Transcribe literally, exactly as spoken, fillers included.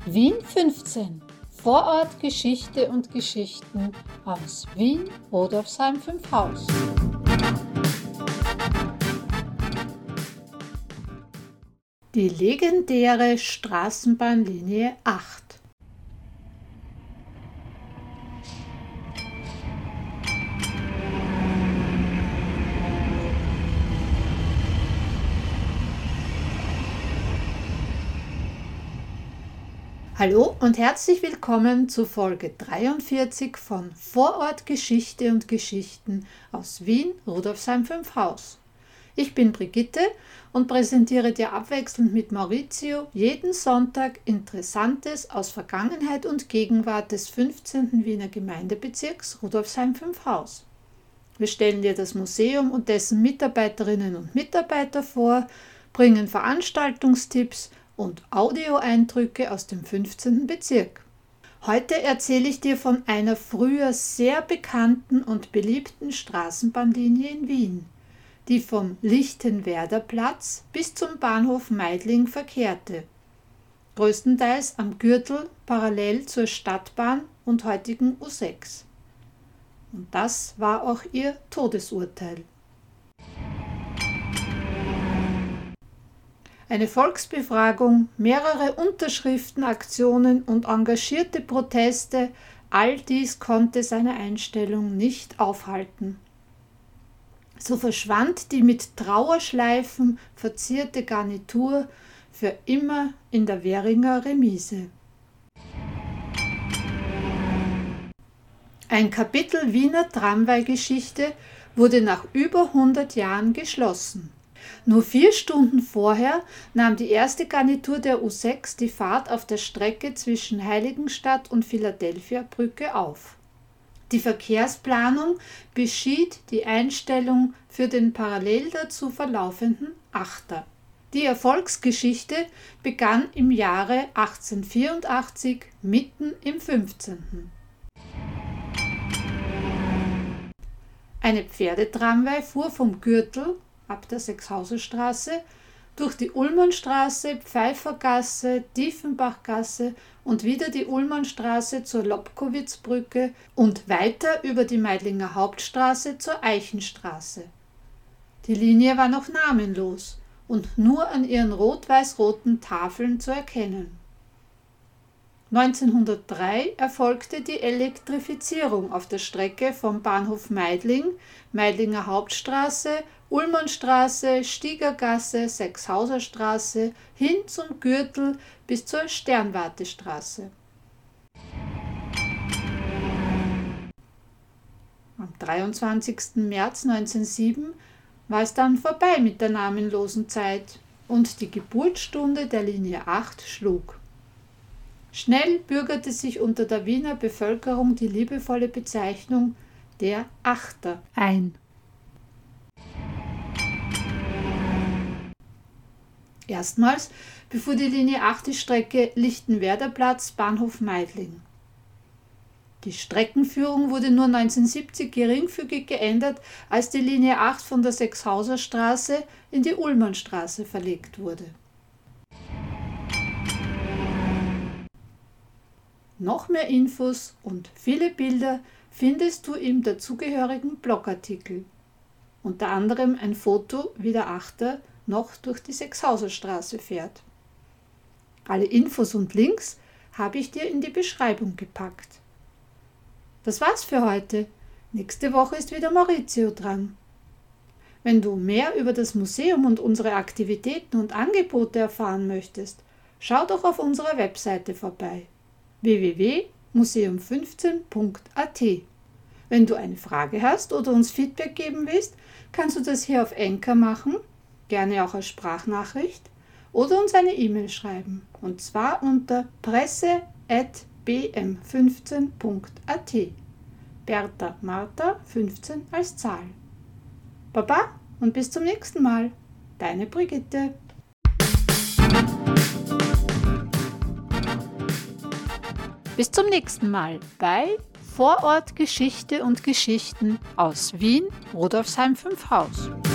Wien fünfzehn. Vorort Geschichte und Geschichten aus Wien, Rudolfsheim fünf Haus. Die legendäre Straßenbahnlinie acht. Hallo und herzlich willkommen zu Folge dreiundvierzig von Vorort Geschichte und Geschichten aus Wien, Rudolfsheim fünf Haus. Ich bin Brigitte und präsentiere dir abwechselnd mit Maurizio jeden Sonntag Interessantes aus Vergangenheit und Gegenwart des fünfzehnten Wiener Gemeindebezirks Rudolfsheim fünf Haus. Wir stellen dir das Museum und dessen Mitarbeiterinnen und Mitarbeiter vor, bringen Veranstaltungstipps und Audioeindrücke aus dem fünfzehnten Bezirk. Heute erzähle ich dir von einer früher sehr bekannten und beliebten Straßenbahnlinie in Wien, die vom Lichtenwerder Platz bis zum Bahnhof Meidling verkehrte, größtenteils am Gürtel parallel zur Stadtbahn und heutigen U sechs. Und das war auch ihr Todesurteil. Eine Volksbefragung, mehrere Unterschriftenaktionen und engagierte Proteste, all dies konnte seine Einstellung nicht aufhalten. So verschwand die mit Trauerschleifen verzierte Garnitur für immer in der Währinger Remise. Ein Kapitel Wiener Tramway-Geschichte wurde nach über hundert Jahren geschlossen. Nur vier Stunden vorher nahm die erste Garnitur der U sechs die Fahrt auf der Strecke zwischen Heiligenstadt und Philadelphia Brücke auf. Die Verkehrsplanung beschied die Einstellung für den parallel dazu verlaufenden Achter. Die Erfolgsgeschichte begann im Jahre achtzehnhundertvierundachtzig, mitten im fünfzehnten Eine Pferdetramway fuhr vom Gürtel ab der Sechshauserstraße, durch die Ullmannstraße, Pfeiffergasse, Diefenbachgasse und wieder die Ullmannstraße zur Lobkowitzbrücke und weiter über die Meidlinger Hauptstraße zur Eichenstraße. Die Linie war noch namenlos und nur an ihren rot-weiß-roten Tafeln zu erkennen. neunzehnhundertdrei erfolgte die Elektrifizierung auf der Strecke vom Bahnhof Meidling, Meidlinger Hauptstraße, Ullmannstraße, Stiegergasse, Sechshauserstraße hin zum Gürtel bis zur Sternwartestraße. Am dreiundzwanzigsten März neunzehnhundertsieben war es dann vorbei mit der namenlosen Zeit und die Geburtsstunde der Linie acht schlug. Schnell bürgerte sich unter der Wiener Bevölkerung die liebevolle Bezeichnung der Achter ein. Erstmals befuhr die Linie acht die Strecke Lichtenwerder Platz, Bahnhof Meidling. Die Streckenführung wurde nur neunzehnhundertsiebzig geringfügig geändert, als die Linie acht von der Sechshauserstraße in die Ullmannstraße verlegt wurde. Noch mehr Infos und viele Bilder findest du im dazugehörigen Blogartikel. Unter anderem ein Foto, wie der Achter noch durch die Sechshauserstraße fährt. Alle Infos und Links habe ich dir in die Beschreibung gepackt. Das war's für heute. Nächste Woche ist wieder Maurizio dran. Wenn du mehr über das Museum und unsere Aktivitäten und Angebote erfahren möchtest, schau doch auf unserer Webseite vorbei w w w punkt museum fünfzehn punkt a t. Wenn du eine Frage hast oder uns Feedback geben willst, kannst du das hier auf Anchor machen, gerne auch als Sprachnachricht, oder uns eine E-Mail schreiben, und zwar unter presse at b m fünfzehn punkt a t. Bertha Martha fünfzehn als Zahl. Baba und bis zum nächsten Mal. Deine Brigitte. Bis zum nächsten Mal bei Vorort Geschichte und Geschichten aus Wien, Rudolfsheim fünf Haus.